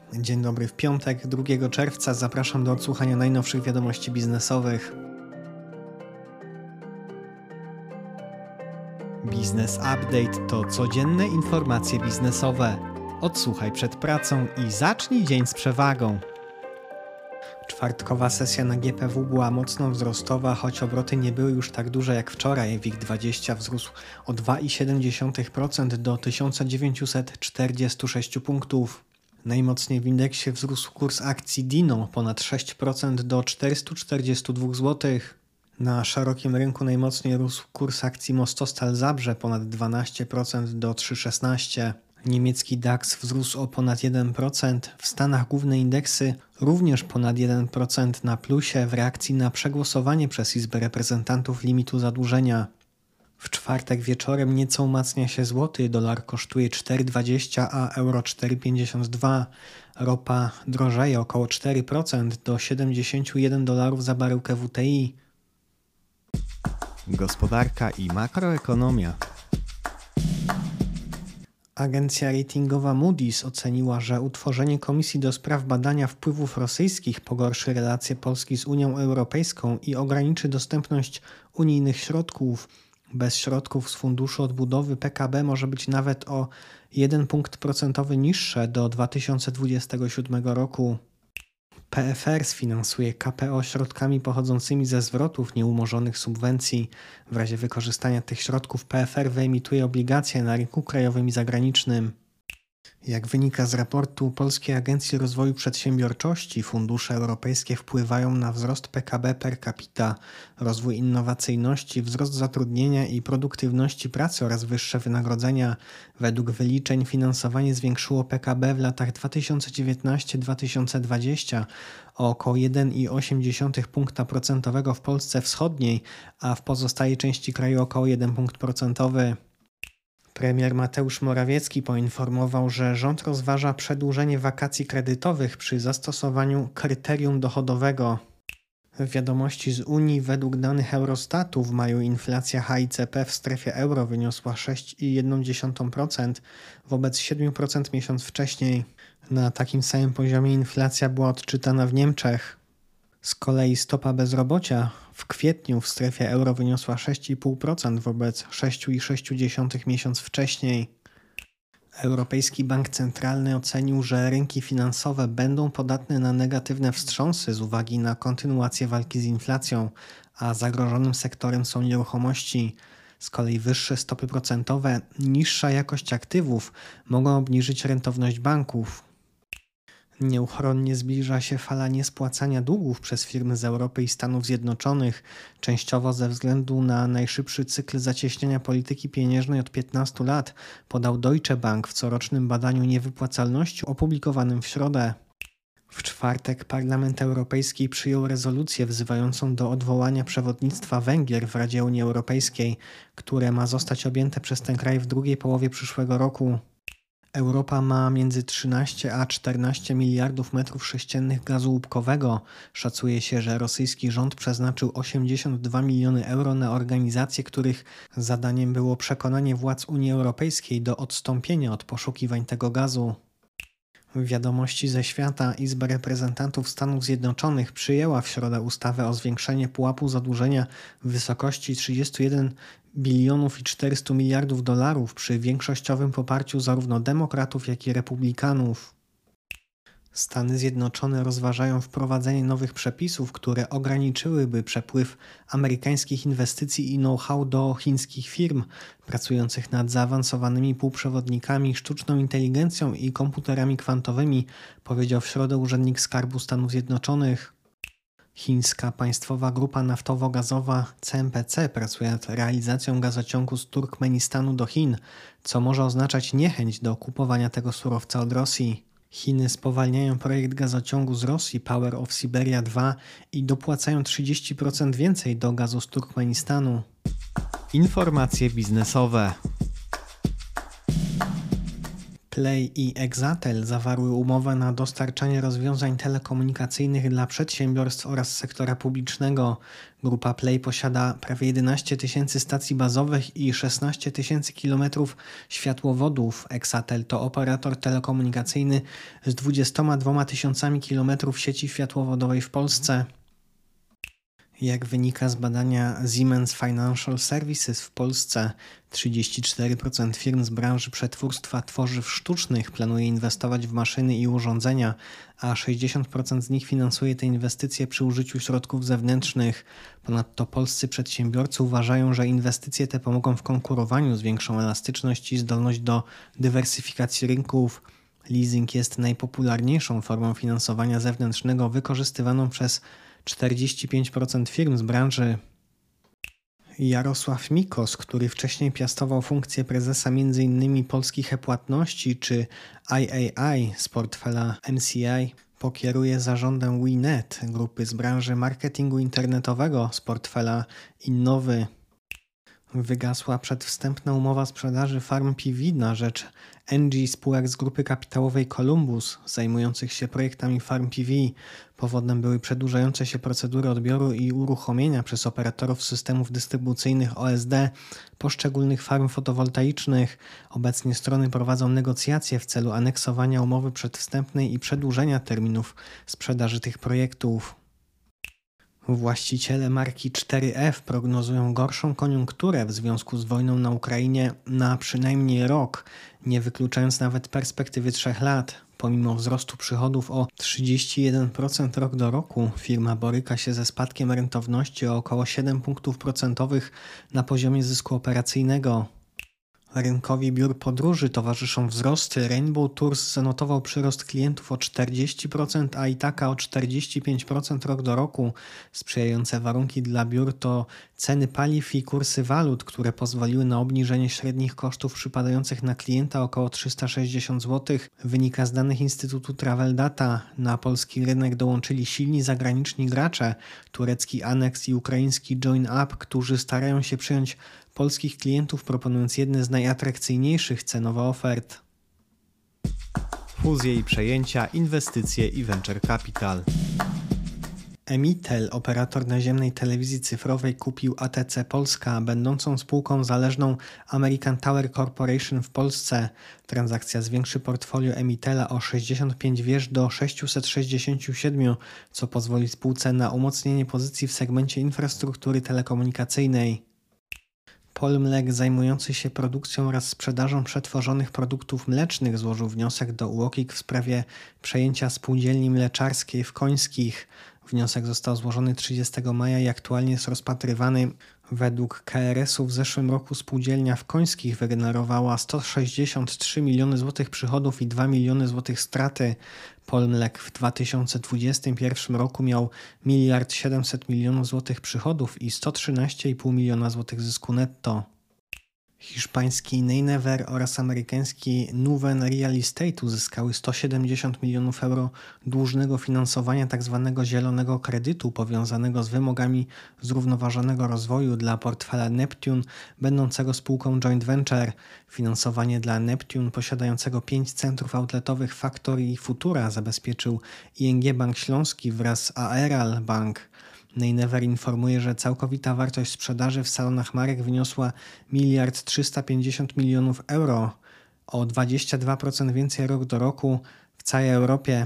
Dzień dobry, w piątek 2 czerwca zapraszam do odsłuchania najnowszych wiadomości biznesowych. Business Update to codzienne informacje biznesowe. Odsłuchaj przed pracą i zacznij dzień z przewagą. Czwartkowa sesja na GPW była mocno wzrostowa, choć obroty nie były już tak duże jak wczoraj. WIG20 wzrósł o 2,7% do 1946 punktów. Najmocniej w indeksie wzrósł kurs akcji Dino ponad 6% do 442 zł. Na szerokim rynku najmocniej rósł kurs akcji Mostostal Zabrze ponad 12% do 3,16. Niemiecki DAX wzrósł o ponad 1%. W Stanach główne indeksy również ponad 1% na plusie w reakcji na przegłosowanie przez Izbę Reprezentantów limitu zadłużenia. W czwartek wieczorem nieco umacnia się złoty, dolar kosztuje 4,20, a euro 4,52. Ropa drożeje około 4% do $71 za baryłkę WTI. Gospodarka i makroekonomia. Agencja ratingowa Moody's oceniła, że utworzenie Komisji do spraw badania wpływów rosyjskich pogorszy relacje Polski z Unią Europejską i ograniczy dostępność unijnych środków. Bez środków z Funduszu Odbudowy PKB może być nawet o 1 punkt procentowy niższe do 2027 roku. PFR sfinansuje KPO środkami pochodzącymi ze zwrotów nieumorzonych subwencji. W razie wykorzystania tych środków PFR wyemituje obligacje na rynku krajowym i zagranicznym. Jak wynika z raportu Polskiej Agencji Rozwoju Przedsiębiorczości, fundusze europejskie wpływają na wzrost PKB per capita, rozwój innowacyjności, wzrost zatrudnienia i produktywności pracy oraz wyższe wynagrodzenia. Według wyliczeń finansowanie zwiększyło PKB w latach 2019-2020 o około 1,8 punkta procentowego w Polsce Wschodniej, a w pozostałej części kraju około 1 punkt procentowy. Premier Mateusz Morawiecki poinformował, że rząd rozważa przedłużenie wakacji kredytowych przy zastosowaniu kryterium dochodowego. W wiadomości z Unii według danych Eurostatu w maju inflacja HICP w strefie euro wyniosła 6,1% wobec 7% miesiąc wcześniej. Na takim samym poziomie inflacja była odczytana w Niemczech. Z kolei stopa bezrobocia w kwietniu w strefie euro wyniosła 6,5% wobec 6,6% miesiąc wcześniej. Europejski Bank Centralny ocenił, że rynki finansowe będą podatne na negatywne wstrząsy z uwagi na kontynuację walki z inflacją, a zagrożonym sektorem są nieruchomości. Z kolei wyższe stopy procentowe, niższa jakość aktywów mogą obniżyć rentowność banków. Nieuchronnie zbliża się fala niespłacania długów przez firmy z Europy i Stanów Zjednoczonych, częściowo ze względu na najszybszy cykl zacieśniania polityki pieniężnej od 15 lat, podał Deutsche Bank w corocznym badaniu niewypłacalności opublikowanym w środę. W czwartek Parlament Europejski przyjął rezolucję wzywającą do odwołania przewodnictwa Węgier w Radzie Unii Europejskiej, które ma zostać objęte przez ten kraj w drugiej połowie przyszłego roku. Europa ma między 13 a 14 miliardów metrów sześciennych gazu łupkowego. Szacuje się, że rosyjski rząd przeznaczył 82 miliony euro na organizacje, których zadaniem było przekonanie władz Unii Europejskiej do odstąpienia od poszukiwań tego gazu. W wiadomości ze świata Izba Reprezentantów Stanów Zjednoczonych przyjęła w środę ustawę o zwiększeniu pułapu zadłużenia w wysokości 31 bilionów i 400 miliardów dolarów przy większościowym poparciu zarówno demokratów, jak i republikanów. Stany Zjednoczone rozważają wprowadzenie nowych przepisów, które ograniczyłyby przepływ amerykańskich inwestycji i know-how do chińskich firm pracujących nad zaawansowanymi półprzewodnikami, sztuczną inteligencją i komputerami kwantowymi, powiedział w środę urzędnik Skarbu Stanów Zjednoczonych. Chińska państwowa grupa naftowo-gazowa CNPC pracuje nad realizacją gazociągu z Turkmenistanu do Chin, co może oznaczać niechęć do kupowania tego surowca od Rosji. Chiny spowalniają projekt gazociągu z Rosji Power of Siberia 2 i dopłacają 30% więcej do gazu z Turkmenistanu. Informacje biznesowe. Play i Exatel zawarły umowę na dostarczanie rozwiązań telekomunikacyjnych dla przedsiębiorstw oraz sektora publicznego. Grupa Play posiada prawie 11 tysięcy stacji bazowych i 16 tysięcy kilometrów światłowodów. Exatel to operator telekomunikacyjny z 22 tysiącami kilometrów sieci światłowodowej w Polsce. Jak wynika z badania Siemens Financial Services w Polsce, 34% firm z branży przetwórstwa tworzyw sztucznych planuje inwestować w maszyny i urządzenia, a 60% z nich finansuje te inwestycje przy użyciu środków zewnętrznych. Ponadto polscy przedsiębiorcy uważają, że inwestycje te pomogą w konkurowaniu, zwiększą elastyczność i zdolność do dywersyfikacji rynków. Leasing jest najpopularniejszą formą finansowania zewnętrznego wykorzystywaną przez 45% firm z branży. Jarosław Mikos, który wcześniej piastował funkcję prezesa m.in. Polskich e-Płatności czy III z portfela MCI, pokieruje zarządem WeNet, grupy z branży marketingu internetowego z portfela Innowy. Wygasła przedwstępna umowa sprzedaży Farm PV na rzecz Engie spółek z grupy kapitałowej Columbus zajmujących się projektami Farm PV. Powodem były przedłużające się procedury odbioru i uruchomienia przez operatorów systemów dystrybucyjnych OSD poszczególnych farm fotowoltaicznych. Obecnie strony prowadzą negocjacje w celu aneksowania umowy przedwstępnej i przedłużenia terminów sprzedaży tych projektów. Właściciele marki 4F prognozują gorszą koniunkturę w związku z wojną na Ukrainie na przynajmniej rok, nie wykluczając nawet perspektywy 3 lat. Pomimo wzrostu przychodów o 31% rok do roku, firma boryka się ze spadkiem rentowności o około 7 punktów procentowych na poziomie zysku operacyjnego. Rynkowi biur podróży towarzyszą wzrosty. Rainbow Tours zanotował przyrost klientów o 40%, a Itaka o 45% rok do roku. Sprzyjające warunki dla biur to ceny paliw i kursy walut, które pozwoliły na obniżenie średnich kosztów przypadających na klienta około 360 zł. Wynika z danych Instytutu Travel Data. Na polski rynek dołączyli silni zagraniczni gracze, turecki Anex i ukraiński Join Up, którzy starają się przyjąć polskich klientów, proponując jedne z najatrakcyjniejszych cenowo ofert. Fuzje i przejęcia, inwestycje i venture capital. Emitel, operator naziemnej telewizji cyfrowej, kupił ATC Polska, będącą spółką zależną American Tower Corporation w Polsce. Transakcja zwiększy portfolio Emitela o 65 wież do 667, co pozwoli spółce na umocnienie pozycji w segmencie infrastruktury telekomunikacyjnej. Polmlek, zajmujący się produkcją oraz sprzedażą przetworzonych produktów mlecznych, złożył wniosek do UOKiK w sprawie przejęcia spółdzielni mleczarskiej w Końskich. Wniosek został złożony 30 maja i aktualnie jest rozpatrywany. Według KRS-u w zeszłym roku spółdzielnia w Końskich wygenerowała 163 miliony złotych przychodów i 2 miliony złotych straty. Polmlek w 2021 roku miał 1 700 milionów złotych przychodów i 113,5 miliona złotych zysku netto. Hiszpański Neinever oraz amerykański Nuven Real Estate uzyskały 170 milionów euro dłużnego finansowania tzw. zielonego kredytu powiązanego z wymogami zrównoważonego rozwoju dla portfela Neptune, będącego spółką joint venture. Finansowanie dla Neptune, posiadającego 5 centrów outletowych Factory i Futura, zabezpieczył ING Bank Śląski wraz z Aeral Bank. Neinever informuje, że całkowita wartość sprzedaży w salonach marek wyniosła 1 350 milionów euro, o 22% więcej rok do roku w całej Europie.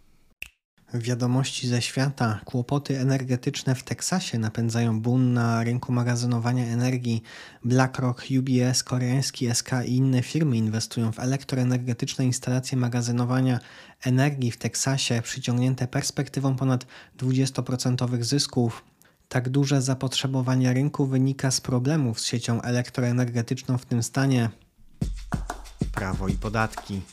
Wiadomości ze świata. Kłopoty energetyczne w Teksasie napędzają boom na rynku magazynowania energii. BlackRock, UBS, koreański SK i inne firmy inwestują w elektroenergetyczne instalacje magazynowania energii w Teksasie, przyciągnięte perspektywą ponad 20% zysków. Tak duże zapotrzebowanie rynku wynika z problemów z siecią elektroenergetyczną w tym stanie. Prawo i podatki.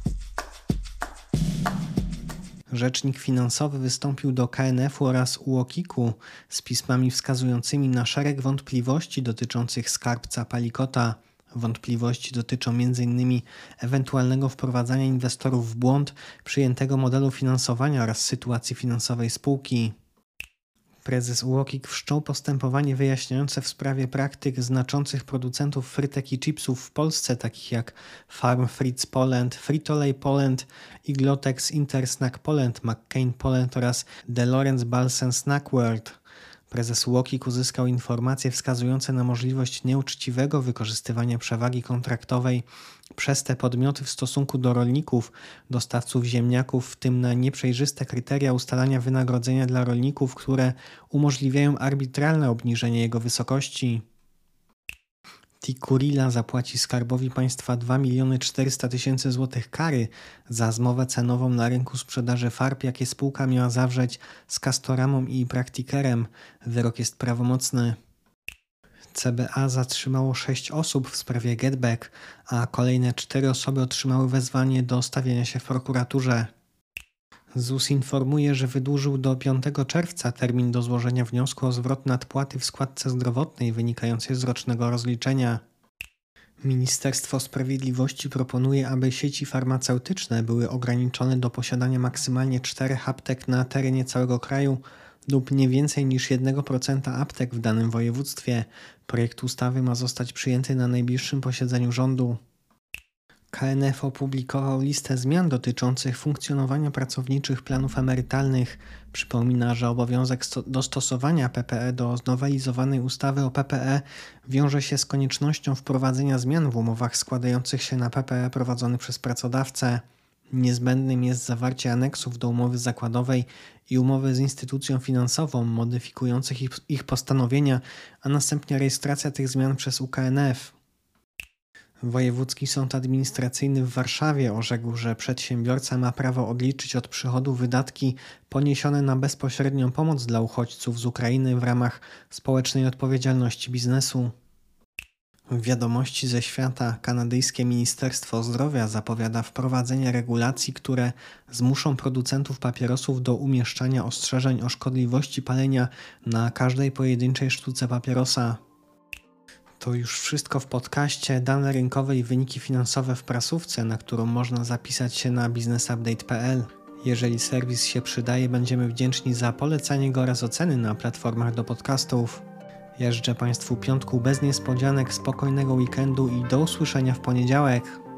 Rzecznik finansowy wystąpił do KNF-u oraz UOKiK-u z pismami wskazującymi na szereg wątpliwości dotyczących skarbca Palikota. Wątpliwości dotyczą m.in. ewentualnego wprowadzania inwestorów w błąd przyjętego modelu finansowania oraz sytuacji finansowej spółki. Prezes UOKiK wszczął postępowanie wyjaśniające w sprawie praktyk znaczących producentów frytek i chipsów w Polsce, takich jak Farm Frites Poland, Frito-Lay Poland, Iglotex, Intersnack Poland, McCain Poland oraz The Lawrence Balsen Snack World. Prezes UOKiK uzyskał informacje wskazujące na możliwość nieuczciwego wykorzystywania przewagi kontraktowej przez te podmioty w stosunku do rolników, dostawców ziemniaków, w tym na nieprzejrzyste kryteria ustalania wynagrodzenia dla rolników, które umożliwiają arbitralne obniżenie jego wysokości. Tikurila zapłaci Skarbowi Państwa 2 400 000 złotych kary za zmowę cenową na rynku sprzedaży farb, jakie spółka miała zawrzeć z Castoramą i Praktikerem. Wyrok jest prawomocny. CBA zatrzymało 6 osób w sprawie GetBack, a kolejne 4 osoby otrzymały wezwanie do stawienia się w prokuraturze. ZUS informuje, że wydłużył do 5 czerwca termin do złożenia wniosku o zwrot nadpłaty w składce zdrowotnej wynikającej z rocznego rozliczenia. Ministerstwo Sprawiedliwości proponuje, aby sieci farmaceutyczne były ograniczone do posiadania maksymalnie 4 aptek na terenie całego kraju lub nie więcej niż 1% aptek w danym województwie. Projekt ustawy ma zostać przyjęty na najbliższym posiedzeniu rządu. KNF opublikował listę zmian dotyczących funkcjonowania pracowniczych planów emerytalnych. Przypomina, że obowiązek dostosowania PPE do znowelizowanej ustawy o PPE wiąże się z koniecznością wprowadzenia zmian w umowach składających się na PPE prowadzony przez pracodawcę. Niezbędnym jest zawarcie aneksów do umowy zakładowej i umowy z instytucją finansową modyfikujących ich postanowienia, a następnie rejestracja tych zmian przez UKNF. Wojewódzki Sąd Administracyjny w Warszawie orzekł, że przedsiębiorca ma prawo odliczyć od przychodu wydatki poniesione na bezpośrednią pomoc dla uchodźców z Ukrainy w ramach społecznej odpowiedzialności biznesu. W wiadomości ze świata kanadyjskie Ministerstwo Zdrowia zapowiada wprowadzenie regulacji, które zmuszą producentów papierosów do umieszczania ostrzeżeń o szkodliwości palenia na każdej pojedynczej sztuce papierosa. To już wszystko w podcaście. Dane rynkowe i wyniki finansowe w prasówce, na którą można zapisać się na biznesupdate.pl. Jeżeli serwis się przydaje, będziemy wdzięczni za polecanie go oraz oceny na platformach do podcastów. Ja życzę Państwu piątku bez niespodzianek, spokojnego weekendu i do usłyszenia w poniedziałek.